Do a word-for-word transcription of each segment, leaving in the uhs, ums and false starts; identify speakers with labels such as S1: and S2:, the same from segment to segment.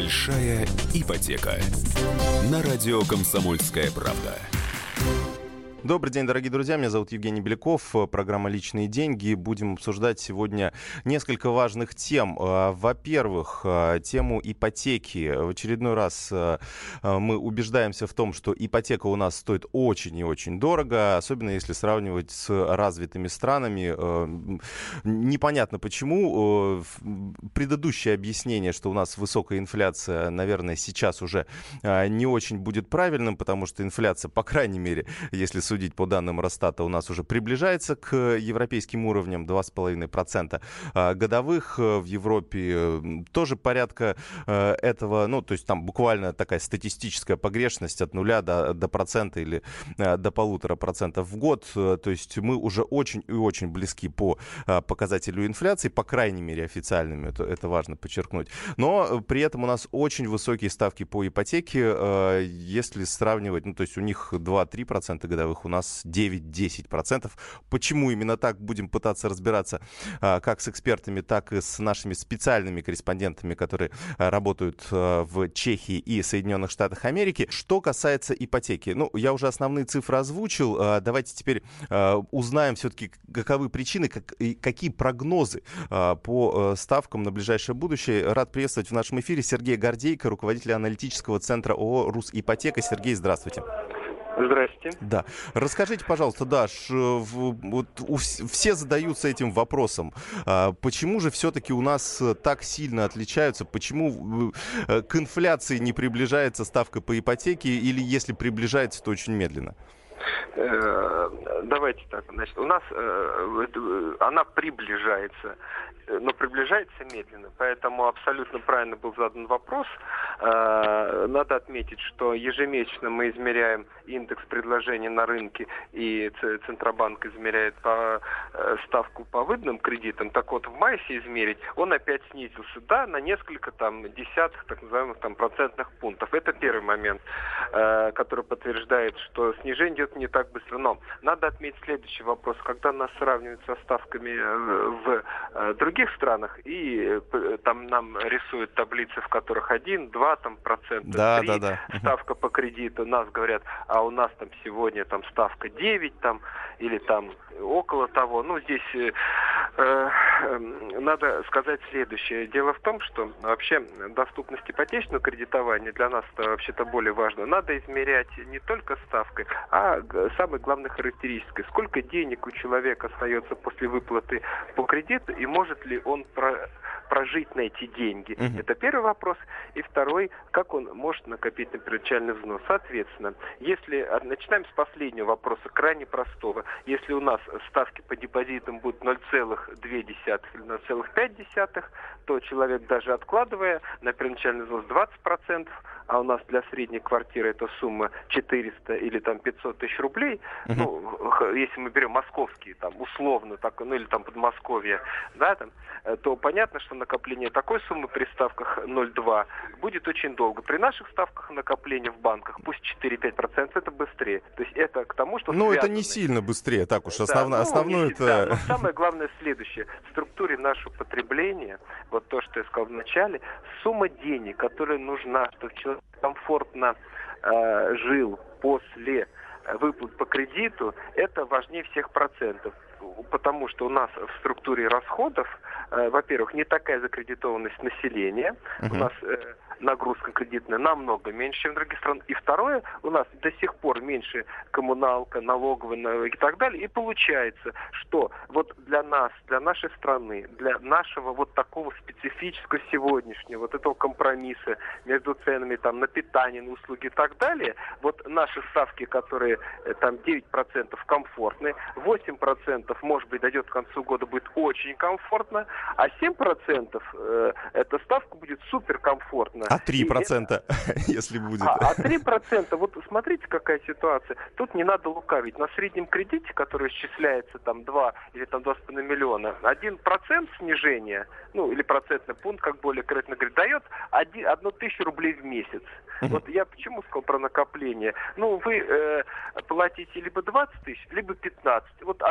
S1: Большая ипотека. На радио «Комсомольская правда».
S2: Добрый день, дорогие друзья. Меня зовут Евгений Беляков. Программа «Личные деньги». Будем обсуждать сегодня несколько важных тем. Во-первых, тему ипотеки. В очередной раз мы убеждаемся в том, что ипотека у нас стоит очень и очень дорого, особенно если сравнивать с развитыми странами. Непонятно почему. Предыдущее объяснение, что у нас высокая инфляция, наверное, сейчас уже не очень будет правильным, потому что инфляция, по крайней мере, если судить судить по данным Росстата, у нас уже приближается к европейским уровням два с половиной процента годовых. В Европе тоже порядка этого, ну, то есть там буквально такая статистическая погрешность от нуля до, до процента или до полутора процентов в год. То есть мы уже очень и очень близки по показателю инфляции, по крайней мере официальными, это, это важно подчеркнуть. Но при этом у нас очень высокие ставки по ипотеке, если сравнивать, ну, то есть у них два-три процента годовых, у нас девять-десять процентов. Почему именно так, будем пытаться разбираться как с экспертами, так и с нашими специальными корреспондентами, которые работают в Чехии и Соединенных Штатах Америки. Что касается ипотеки, ну, я уже основные цифры озвучил. Давайте теперь узнаем все-таки, каковы причины, как, и какие прогнозы по ставкам на ближайшее будущее. Рад приветствовать в нашем эфире Сергея Гордейко, руководителя аналитического центра ООО «Русипотека». Сергей, здравствуйте.
S3: Здравствуйте.
S2: Да. Расскажите, пожалуйста, Даш, вот все задаются этим вопросом. Почему же все-таки у нас так сильно отличаются? Почему к инфляции не приближается ставка по ипотеке? Или если приближается, то очень медленно?
S3: Давайте так. Значит, у нас она приближается, но приближается медленно. Поэтому абсолютно правильно был задан вопрос. Надо отметить, что ежемесячно мы измеряем индекс предложений на рынке, и Центробанк измеряет по ставку по выданным кредитам. Так вот, в мае измерить, он опять снизился, да, на несколько там десятых, так называемых там процентных пунктов. Это первый момент, который подтверждает, что снижение идет не так быстро. Но надо отметить следующий вопрос. Когда нас сравнивают со ставками в других странах, и там нам рисуют таблицы, в которых один, два там, процента,
S2: да,
S3: три
S2: да, да.
S3: ставка по кредиту, нас говорят, а у нас там сегодня там ставка девять там, или там около того. Ну, здесь э, э, надо сказать следующее. Дело в том, что вообще доступность ипотечного кредитования для нас это вообще-то более важно. Надо измерять не только ставкой, а самой главной характеристикой. Сколько денег у человека остается после выплаты по кредиту, и может ли он про, прожить на эти деньги. Uh-huh. Это первый вопрос. И второй, как он может накопить на первоначальный взнос. Соответственно, если начинаем с последнего вопроса, крайне простого. Если у нас ставки по депозитам будут ноль целых две десятых или ноль целых пять десятых, то человек, даже откладывая на первоначальный взнос двадцать процентов, а у нас для средней квартиры эта сумма четыреста или там пятьсот тысяч рублей, uh-huh. ну, если мы берем московские, там, условно, так, ну, или там Подмосковье, да, там, то понятно, что накопление такой суммы при ставках ноль целых два десятых будет очень долго. При наших ставках накопления в банках, пусть четыре-пять процентов, это быстрее. То есть это к тому, что
S2: Ну,
S3: связано.
S2: Это не сильно быстрее, так уж, основно,
S3: да, ну,
S2: основное это...
S3: Да, но самое главное следующее. В структуре нашего потребления, вот то, что я сказал в начале, сумма денег, которая нужна, чтобы человек комфортно э, жил после выплат по кредиту, это важнее всех процентов. Потому что у нас в структуре расходов, э, во-первых, не такая закредитованность населения, uh-huh. у нас э, нагрузка кредитная намного меньше, чем в других странах. И второе, у нас до сих пор меньше коммуналка, налоговая налоги и так далее. И получается, что вот для нас, для нашей страны, для нашего вот такого специфического сегодняшнего, вот этого компромисса между ценами там, на питание, на услуги и так далее, вот наши ставки, которые э, там девять процентов комфортны, восемь процентов может быть, дойдет к концу года, будет очень комфортно, а семь процентов э, эта ставка будет суперкомфортна.
S2: А три процента, это... если будет.
S3: А, а три процента, вот смотрите, какая ситуация. Тут не надо лукавить. На среднем кредите, который исчисляется там два или там два с половиной миллиона, один процент снижения, ну, или процентный пункт, как более корректно говорить, дает один, одну тысячу рублей в месяц. Uh-huh. Вот я почему сказал про накопление? Ну, вы э, платите либо двадцать тысяч, либо пятнадцать. Вот от восемь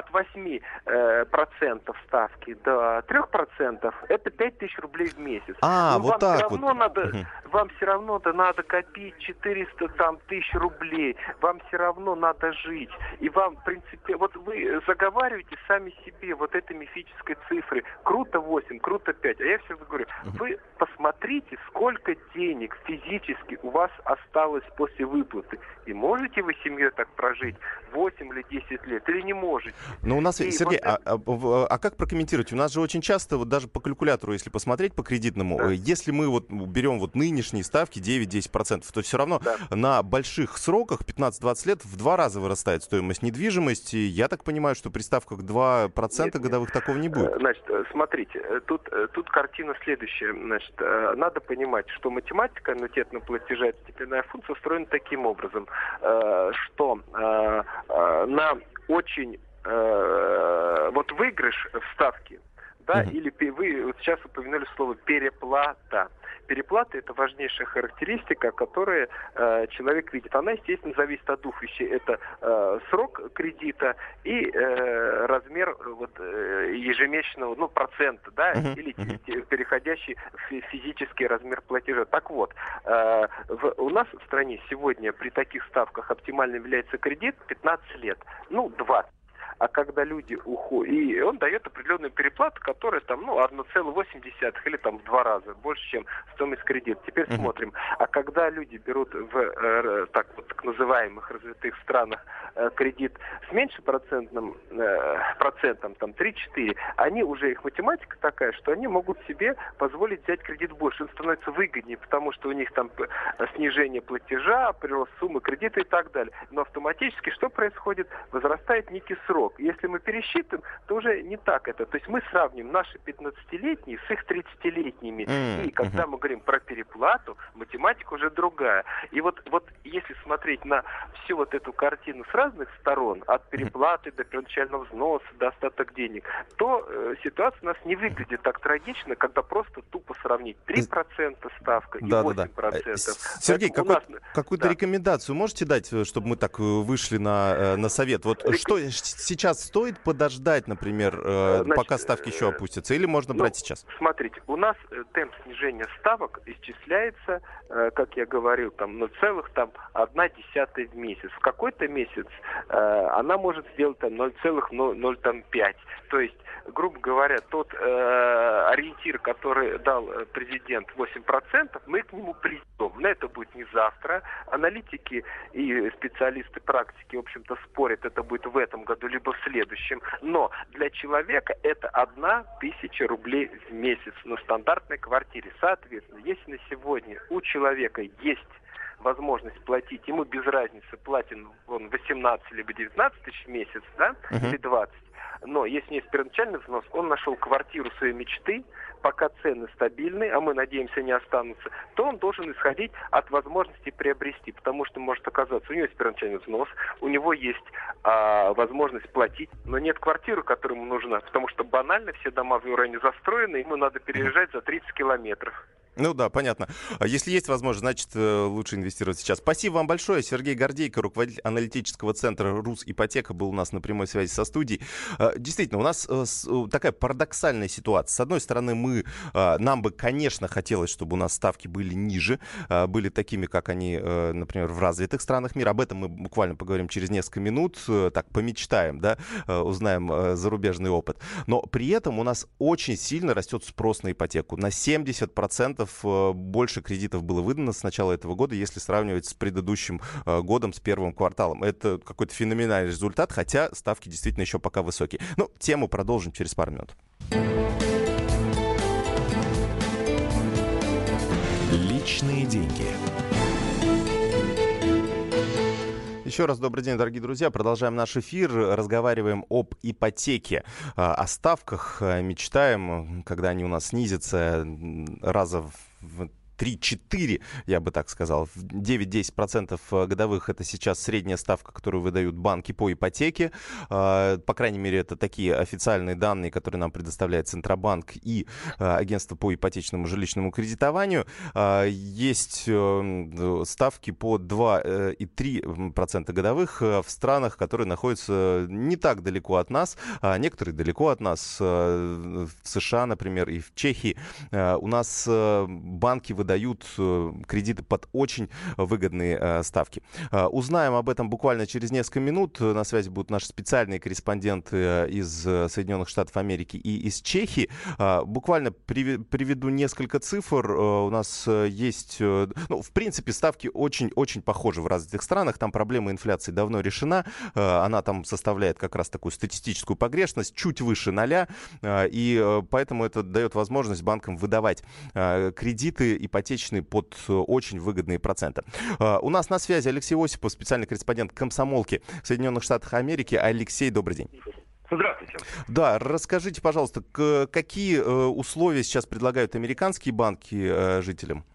S3: семи процентов ставки до трех процентов это пять тысяч рублей в месяц.
S2: А,
S3: Но
S2: вот
S3: вам
S2: так
S3: все равно
S2: вот.
S3: надо,
S2: Угу.
S3: вам все равно -то надо копить четыреста там, тысяч рублей. Вам все равно надо жить. И вам, в принципе, вот вы заговариваете сами себе вот этой мифической цифры. Круто восемь, круто пять. А я всегда говорю, угу. вы посмотрите, сколько денег физически у вас осталось после выплаты. И можете вы семьей так прожить восемь или десять лет, или не можете?
S2: Но у нас,
S3: И
S2: Сергей,
S3: вот
S2: а, а, а как прокомментировать? У нас же очень часто, вот даже по калькулятору, если посмотреть по кредитному,
S3: да.
S2: если мы вот берем вот нынешние ставки девять-десять процентов, то все равно
S3: да.
S2: на больших сроках, пятнадцать-двадцать лет, в два раза вырастает стоимость недвижимости. Я так понимаю, что при ставках два процента нет, годовых нет. такого не будет.
S3: Значит, смотрите, тут, тут картина следующая. Значит, надо понимать, что математика аннуитетного платежа, это степенная функция, устроена таким образом, что на очень вот выигрыш в ставке, да, uh-huh. или вы вот сейчас упомянули слово переплата. Переплата – это важнейшая характеристика, которую э, человек видит. Она, естественно, зависит от двух вещей. Это э, срок кредита и э, размер вот, э, ежемесячного, ну, процента, да, uh-huh. или uh-huh. переходящий в физический размер платежа. Так вот, э, в, у нас в стране сегодня при таких ставках оптимальным является кредит пятнадцать лет, ну, двадцать. А когда люди уходят, и он дает определенную переплату, которая там, ну, одна целая восемь десятых или там в два раза больше, чем стоимость кредита. Теперь uh-huh. смотрим. А когда люди берут в э, так, вот, так называемых развитых странах э, кредит с меньшим процентным э, процентом, там три-четыре, они уже, их математика такая, что они могут себе позволить взять кредит больше. Он становится выгоднее, потому что у них там снижение платежа, прирост суммы кредита и так далее. Но автоматически что происходит? Возрастает некий срок. Если мы пересчитываем, то уже не так это. То есть мы сравним наши пятнадцатилетние с их тридцатилетними. Mm-hmm. И когда мы говорим про переплату, математика уже другая. И вот, вот если смотреть на всю вот эту картину с разных сторон, от переплаты до первоначального взноса, до остаток денег, то э, ситуация у нас не выглядит так трагично, когда просто тупо сравнить три процента ставка и
S2: да,
S3: восемь процентов.
S2: Да, да. Сергей, какой, нас... какую-то да. рекомендацию можете дать, чтобы мы так вышли на, на совет? Вот Рек... что сейчас стоит подождать, например, Значит, пока ставки еще опустятся, или можно ну, брать сейчас?
S3: Смотрите, у нас темп снижения ставок исчисляется, как я говорил, там ноль целых одна десятая в месяц. В какой-то месяц она может сделать там ноль целых ноль пять. То есть, грубо говоря, тот э, ориентир, который дал президент восемь процентов, мы к нему придем. Но это будет не завтра. Аналитики и специалисты практики, в общем-то, спорят, это будет в этом году, либо в следующем. Но для человека это одна тысяча рублей в месяц на стандартной квартире. Соответственно, если на сегодня у человека есть возможность платить, ему без разницы, платит он восемнадцать либо девятнадцать тысяч в месяц, да, uh-huh. или двадцать. Но если есть первоначальный взнос, он нашел квартиру своей мечты, пока цены стабильны, а мы надеемся не останутся, то он должен исходить от возможности приобрести, потому что может оказаться, у него есть первоначальный взнос, у него есть а, возможность платить, но нет квартиры, которая ему нужна, потому что банально все дома в районе застроены, ему надо переезжать за тридцать километров.
S2: Ну да, понятно. Если есть возможность, значит, лучше инвестировать сейчас. Спасибо вам большое. Сергей Гордейко, руководитель аналитического центра «Русипотека», был у нас на прямой связи со студией. Действительно, у нас такая парадоксальная ситуация. С одной стороны, мы, нам бы, конечно, хотелось, чтобы у нас ставки были ниже, были такими, как они, например, в развитых странах мира. Об этом мы буквально поговорим через несколько минут. Так, помечтаем, да, узнаем зарубежный опыт. Но при этом у нас очень сильно растет спрос на ипотеку. На семьдесят процентов больше кредитов было выдано с начала этого года, если сравнивать с предыдущим годом, с первым кварталом. Это какой-то феноменальный результат, хотя ставки действительно еще пока высокие. Ну, тему продолжим через пару минут.
S1: Личные деньги.
S2: Еще раз добрый день, дорогие друзья. Продолжаем наш эфир. Разговариваем об ипотеке, о ставках. Мечтаем, когда они у нас снизятся раза в три-четыре, я бы так сказал. девять-десять процентов годовых — это сейчас средняя ставка, которую выдают банки по ипотеке. По крайней мере, это такие официальные данные, которые нам предоставляет Центробанк и агентство по ипотечному жилищному кредитованию. Есть ставки по два и три процента годовых в странах, которые находятся не так далеко от нас, а некоторые далеко от нас. В США, например, и в Чехии у нас банки выдают кредиты под очень выгодные ставки. Узнаем об этом буквально через несколько минут. На связи будут наши специальные корреспонденты из Соединенных Штатов Америки и из Чехии. Буквально приведу несколько цифр. У нас есть... Ну, в принципе, ставки очень-очень похожи в разных странах. Там проблема инфляции давно решена. Она там составляет как раз такую статистическую погрешность, чуть выше ноля. И поэтому это дает возможность банкам выдавать кредиты ипотечные под очень выгодные проценты. У нас на связи Алексей Осипов, специальный корреспондент «Комсомолки» в Соединенных Штатах Америки. Алексей, добрый день.
S3: Здравствуйте.
S2: Да, расскажите, пожалуйста, какие условия сейчас предлагают американские банки жителям?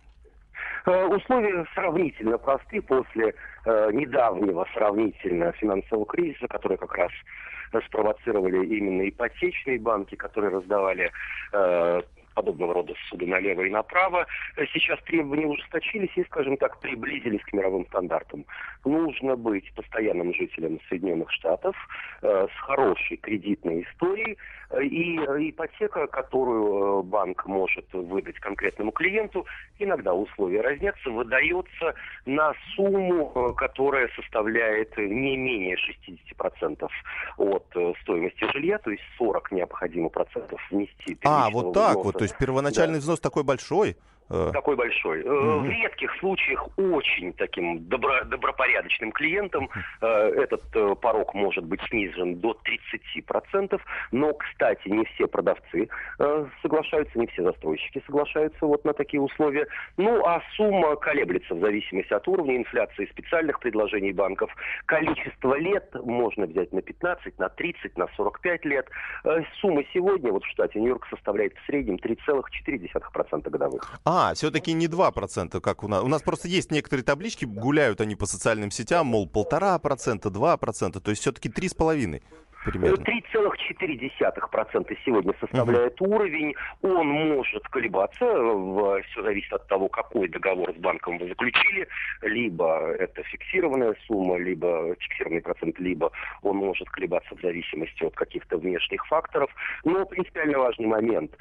S4: Условия сравнительно просты после э, недавнего сравнительно финансового кризиса, который как раз спровоцировали именно ипотечные банки, которые раздавали э, подобного рода суды налево и направо. Сейчас требования ужесточились и, скажем так, приблизились к мировым стандартам. Нужно быть постоянным жителем Соединенных Штатов э, с хорошей кредитной историей, и ипотека, которую банк может выдать конкретному клиенту, иногда условия разнятся, выдается на сумму, которая составляет не менее шестьдесят процентов от стоимости жилья, то есть сорок необходимо процентов внести.
S2: А, вот так взноса. Вот, то есть первоначальный да. взнос такой большой?
S4: Такой большой. Mm-hmm. В редких случаях очень таким добро, добропорядочным клиентам э, этот э, порог может быть снижен до тридцать процентов. Но, кстати, не все продавцы э, соглашаются, не все застройщики соглашаются вот на такие условия. Ну, а сумма колеблется в зависимости от уровня инфляции, специальных предложений банков. Количество лет можно взять на пятнадцать, на тридцать, на сорок пять лет. Э, сумма сегодня вот в штате Нью-Йорк составляет в среднем три целых четыре десятых процента годовых.
S2: А, все-таки не два процента, как у нас. У нас просто есть некоторые таблички, гуляют они по социальным сетям, мол, полтора процента, два процента, то есть все-таки три с половиной.
S4: три целых четыре десятых процента сегодня составляет uh-huh. уровень. Он может колебаться. В, все зависит от того, какой договор с банком вы заключили. Либо это фиксированная сумма, либо фиксированный процент, либо он может колебаться в зависимости от каких-то внешних факторов. Но принципиально важный момент,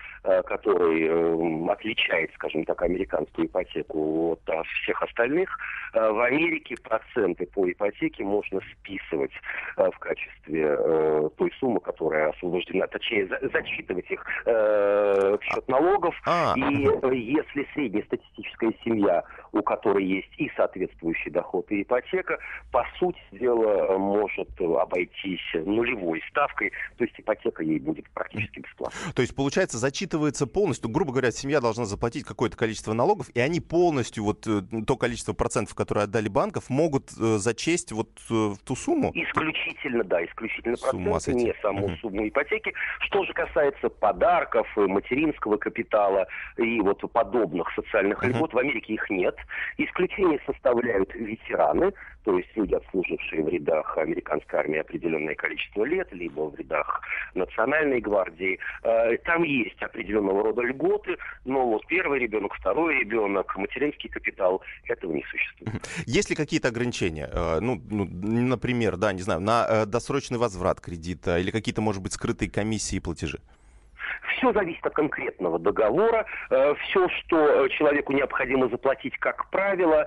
S4: который отличает, скажем так, американскую ипотеку от всех остальных. В Америке проценты по ипотеке можно списывать в качестве той суммы, которая освобождена, точнее, за, зачитывать их э, в счет налогов. А. И э, если среднестатистическая семья, у которой есть и соответствующий доход, и ипотека, по сути дела может обойтись нулевой ставкой, то есть ипотека ей будет практически бесплатной.
S2: То есть, получается, зачитывается полностью, грубо говоря, семья должна заплатить какое-то количество налогов, и они полностью, вот то количество процентов, которые отдали банков, могут э, зачесть вот э, в ту сумму?
S4: Исключительно, да, исключительно процент. Не саму uh-huh. сумму ипотеки. Что же касается подарков, материнского капитала и вот подобных социальных uh-huh. льгот, в Америке их нет. Исключение составляют ветераны, то есть люди, отслужившие в рядах американской армии определенное количество лет, либо в рядах национальной гвардии. Там есть определенного рода льготы, но вот первый ребенок, второй ребенок, материнский капитал, этого не существует.
S2: Uh-huh. Есть ли какие-то ограничения? Ну, ну, например, да, не знаю, на досрочный возврат кредита или какие-то, может быть, скрытые комиссии и платежи?
S4: Все зависит от конкретного договора. Все, что человеку необходимо заплатить, как правило,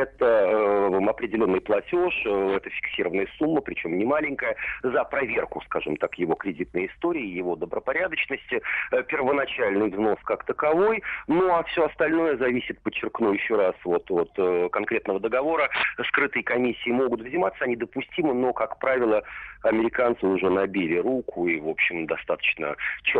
S4: это определенный платеж, это фиксированная сумма, причем не маленькая, за проверку, скажем так, его кредитной истории, его добропорядочности, первоначальный взнос как таковой. Ну, а все остальное зависит, подчеркну еще раз, вот от конкретного договора. Скрытые комиссии могут взиматься, они допустимы, но, как правило, американцы уже набили руку и, в общем, достаточно четко вычисляют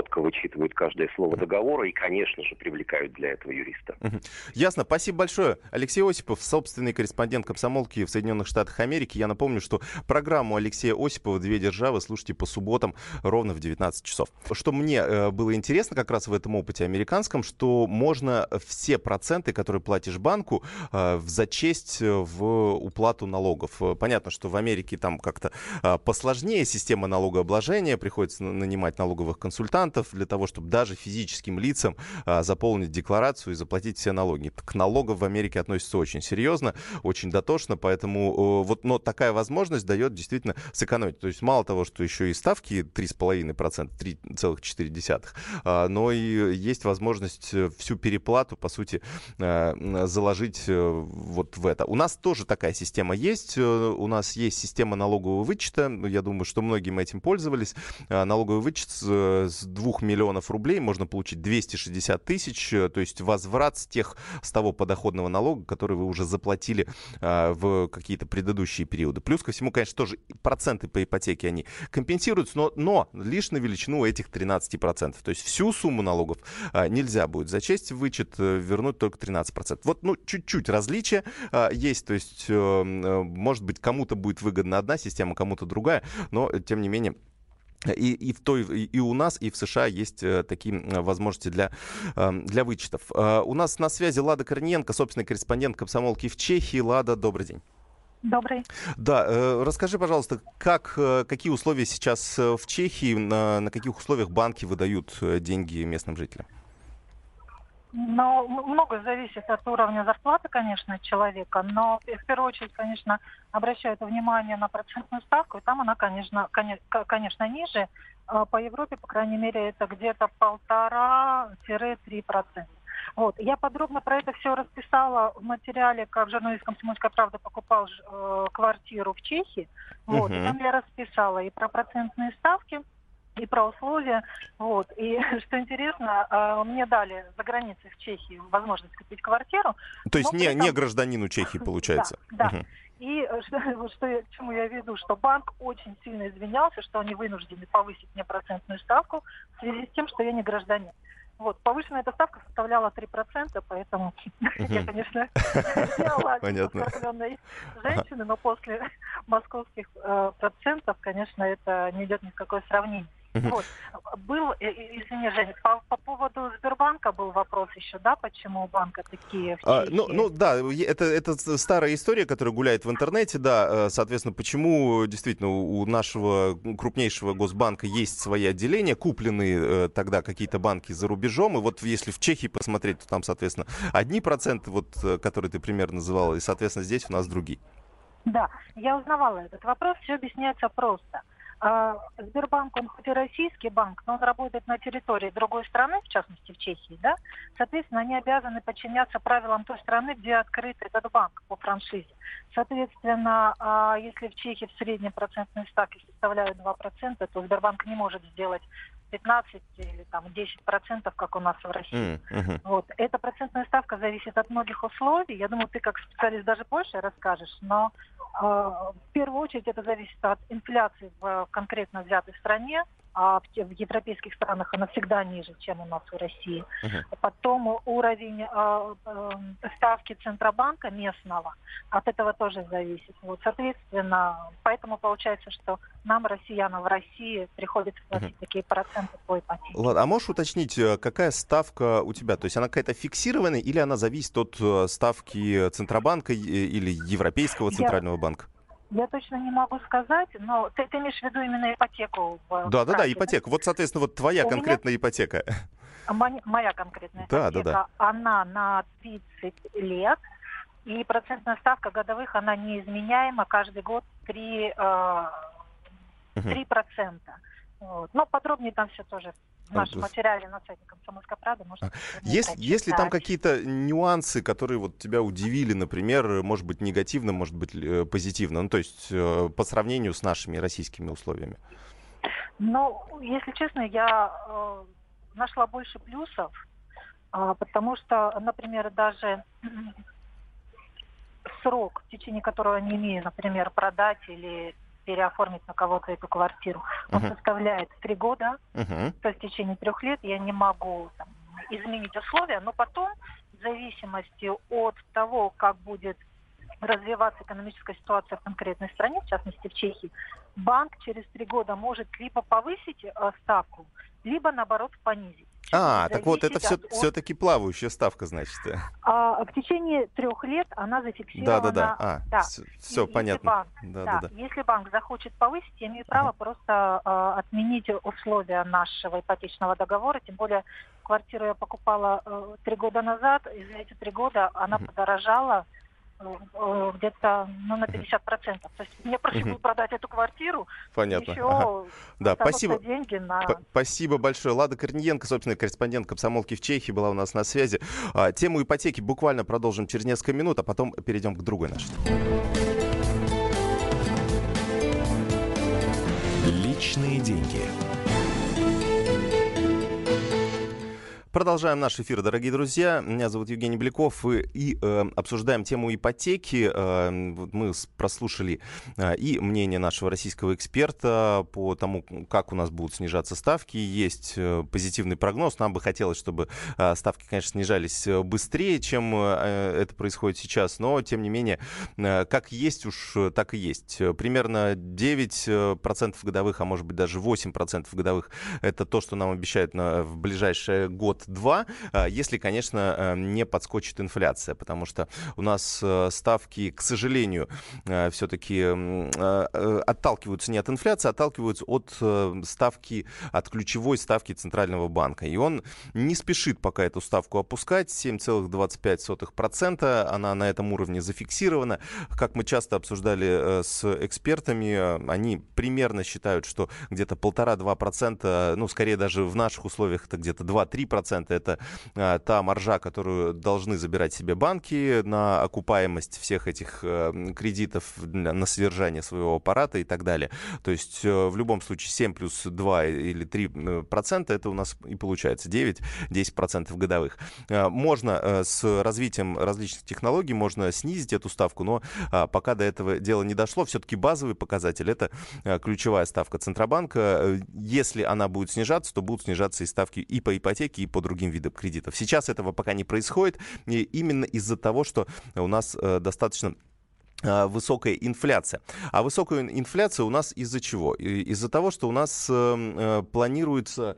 S4: учитывают каждое слово договора и, конечно же, привлекают для этого юриста.
S2: Ясно. Спасибо большое. Алексей Осипов, собственный корреспондент «Комсомолки» в Соединенных Штатах Америки. Я напомню, что программу Алексея Осипова «Две державы» слушайте по субботам ровно в девятнадцать часов. Что мне э, было интересно как раз в этом опыте американском, что можно все проценты, которые платишь банку, э, зачесть в уплату налогов. Понятно, что в Америке там как-то э, посложнее система налогообложения, приходится нанимать налоговых консультантов для того, чтобы даже физическим лицам э, заполнить декларацию и заплатить все налоги. К налогам в Америке относятся очень серьезно, очень дотошно, поэтому э, вот, но такая возможность дает действительно сэкономить. То есть мало того, что еще и ставки три целых пять десятых процента, три целых четыре десятых, э, но и есть возможность всю переплату, по сути, э, заложить э, вот в это. У нас тоже такая система есть. У нас есть система налогового вычета. Я думаю, что многим этим пользовались. Э, налоговый вычет с, с двух миллионов рублей можно получить двести шестьдесят тысяч, то есть возврат с тех, с того подоходного налога, который вы уже заплатили э, в какие-то предыдущие периоды. Плюс ко всему, конечно, тоже проценты по ипотеке они компенсируются, но, но лишь на величину этих тринадцать процентов. То есть всю сумму налогов э, нельзя будет зачесть в вычет, э, вернуть только тринадцать процентов. Вот, ну, чуть-чуть различия э, есть, то есть, э, э, может быть, кому-то будет выгодна одна система, кому-то другая, но, тем не менее, И, и, в той, и у нас, и в США есть э, такие э, возможности для, э, для вычетов. Э, у нас на связи Лада Корниенко, собственный корреспондент «Комсомолки» в Чехии. Лада, добрый день.
S5: Добрый.
S2: Да, э, расскажи, пожалуйста, как, э, какие условия сейчас в Чехии, на, на каких условиях банки выдают деньги местным жителям?
S5: Но много зависит от уровня зарплаты, конечно, человека, но в первую очередь, конечно, обращают внимание на процентную ставку, и там она, конечно, конечно, ниже. По Европе, по крайней мере, это где-то полтора-три процента. Вот. Я подробно про это все расписала в материале, как журналист «Комсомольская правда» покупал э, квартиру в Чехии. Вот. Uh-huh. И там я расписала и про процентные ставки, и про условия. Вот. И что интересно, э, мне дали за границей в Чехии возможность купить квартиру.
S2: То есть не,
S5: этом...
S2: не гражданину Чехии, получается?
S5: Да, да.
S2: Uh-huh.
S5: И что, что я, к чему я веду, что банк очень сильно извинялся, что они вынуждены повысить мне процентную ставку в связи с тем, что я не гражданин. Вот, повышенная эта ставка составляла три процента, поэтому uh-huh. я, конечно, сделала оскорбленной женщины, но после московских э, процентов, конечно, это не идет ни в какое сравнение. Uh-huh. Вот. Был, извини, Женя, по, по поводу Сбербанка был вопрос еще, да, почему у банка такие в Чехии?
S2: А, ну, ну, да, это, это старая история, которая гуляет в интернете, да, соответственно, почему действительно у нашего крупнейшего госбанка есть свои отделения, купленные тогда какие-то банки за рубежом, и вот если в Чехии посмотреть, то там, соответственно, одни проценты, вот, которые ты примерно называла, и, соответственно, здесь у нас другие.
S5: Да, я узнавала этот вопрос, все объясняется просто. Сбербанк, он хоть и российский банк, но он работает на территории другой страны, в частности в Чехии, да, соответственно, они обязаны подчиняться правилам той страны, где открыт этот банк по франшизе. Соответственно, если в Чехии в среднем процентные ставки составляют два процента, то Сбербанк не может сделать пятнадцать или там, десять процентов, как у нас в России. Mm-hmm. Вот. Эта процентная ставка зависит от многих условий. Я думаю, ты как специалист даже больше расскажешь, но э, в первую очередь это зависит от инфляции в конкретно взятой стране, а в, в европейских странах она всегда ниже, чем у нас в России. Uh-huh. Потом уровень э, э, ставки Центробанка местного, от этого тоже зависит. Вот, соответственно, поэтому получается, что нам, россиянам в России, приходится платить uh-huh. такие проценты по ипотеке.
S2: Ладно, а можешь уточнить, какая ставка у тебя? То есть она какая-то фиксированная или она зависит от ставки Центробанка или Европейского центрального Я... банка?
S5: Я точно не могу сказать, но ты, ты имеешь в виду именно ипотеку? В,
S2: да,
S5: в
S2: да, да, ипотека. Вот, соответственно, вот твоя У конкретная меня... ипотека.
S5: Моя, моя конкретная
S2: да,
S5: ипотека,
S2: да, да.
S5: она на тридцать лет, и процентная ставка годовых, она неизменяема, каждый год три процента. Вот. Но подробнее там все тоже в нашем материале на сайте «Комсомольской правды». Может,
S2: есть, есть ли там какие-то нюансы, которые вот тебя удивили, например, может быть, негативно, может быть, позитивно, ну, то есть по сравнению с нашими российскими условиями?
S5: Ну, если честно, я э, нашла больше плюсов, э, потому что, например, даже срок, в течение которого не имею, например, продать или переоформить на кого-то эту квартиру, он uh-huh. составляет три года, uh-huh. то есть в течение трех лет я не могу там, изменить условия, но потом, в зависимости от того, как будет развиваться экономическая ситуация в конкретной стране, в частности в Чехии, банк через три года может либо повысить э, ставку, либо, наоборот, понизить.
S2: А, так вот, это все,
S5: от...
S2: все-таки плавающая ставка, значит.
S5: А, в течение трех лет она зафиксирована.
S2: Да-да-да, а,
S5: да.
S2: все, все
S5: если
S2: понятно.
S5: Банк,
S2: да,
S5: да,
S2: да, да.
S5: Если банк захочет повысить, я имею право uh-huh. просто а, отменить условия нашего ипотечного договора, тем более квартиру я покупала а, три года назад, и за эти три года она uh-huh. подорожала где-то ну, на пятьдесят процентов. То есть мне проще было продать эту квартиру.
S2: Понятно.
S5: Еще
S2: ага. Да, спасибо.
S5: Деньги на...
S2: П- спасибо большое. Лада Корниенко, собственный корреспондент «Комсомолки» в Чехии, была у нас на связи. А, тему ипотеки буквально продолжим через несколько минут, а потом перейдем к другой нашей.
S1: Личные деньги.
S2: Продолжаем наш эфир, дорогие друзья. Меня зовут Евгений Беляков, и, и э, обсуждаем тему ипотеки. Э, мы прослушали э, и мнение нашего российского эксперта по тому, как у нас будут снижаться ставки. Есть э, позитивный прогноз. Нам бы хотелось, чтобы э, ставки, конечно, снижались быстрее, чем э, это происходит сейчас. Но, тем не менее, э, как есть уж, так и есть. Примерно девять процентов годовых, а может быть даже восемь процентов годовых, это то, что нам обещают на, в ближайший год два, если, конечно, не подскочит инфляция, потому что у нас ставки, к сожалению, все-таки отталкиваются не от инфляции, а отталкиваются от ставки, от ключевой ставки Центрального банка. И он не спешит пока эту ставку опускать, семь целых двадцать пять сотых процента, она на этом уровне зафиксирована. Как мы часто обсуждали с экспертами, они примерно считают, что где-то полтора-два процента, ну, скорее даже в наших условиях это где-то два-три процента, это а, та маржа, которую должны забирать себе банки на окупаемость всех этих а, кредитов, на содержание своего аппарата и так далее. То есть а, в любом случае семь плюс два или три процента это у нас и получается девять-десять процентов годовых. А, можно а, с развитием различных технологий можно снизить эту ставку, но а, пока до этого дела не дошло. Все-таки базовый показатель — это а, ключевая ставка Центробанка. Если она будет снижаться, то будут снижаться и ставки и по ипотеке, и по другим видам кредитов. Сейчас этого пока не происходит, и именно из-за того, что у нас э, достаточно высокая инфляция. А высокая инфляция у нас из-за чего? Из-за того, что у нас э, планируется,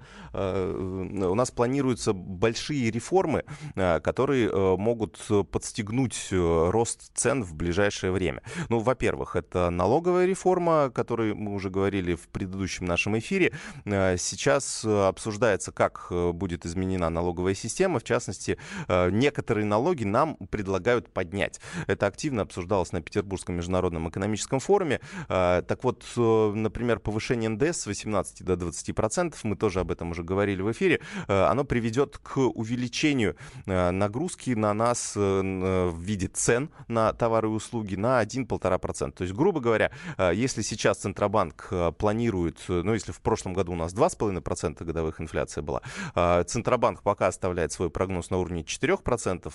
S2: э, у нас планируются большие реформы, э, которые э, могут подстегнуть э, рост цен в ближайшее время. Ну, во-первых, это налоговая реформа, о которой мы уже говорили в предыдущем нашем эфире. Э, сейчас обсуждается, как будет изменена налоговая система. В частности, э, некоторые налоги нам предлагают поднять. Это активно обсуждалось на Петербургском международном экономическом форуме. Так вот, например, повышение эн дэ эс с восемнадцати до двадцати процентов, мы тоже об этом уже говорили в эфире, оно приведет к увеличению нагрузки на нас в виде цен на товары и услуги на один-полтора процента. То есть, грубо говоря, если сейчас Центробанк планирует, ну, если в прошлом году у нас два с половиной процента годовых инфляция была, Центробанк пока оставляет свой прогноз на уровне четыре процента,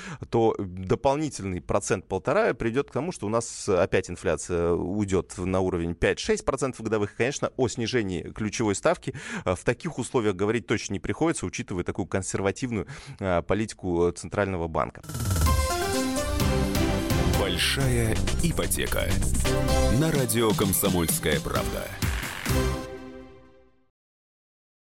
S2: то дополнительный процент-полтора придет к тому, что у нас опять инфляция уйдет на уровень пять-шесть процентов годовых. И, конечно, о снижении ключевой ставки в таких условиях говорить точно не приходится, учитывая такую консервативную политику Центрального банка.
S1: Большая ипотека. На радио «Комсомольская правда».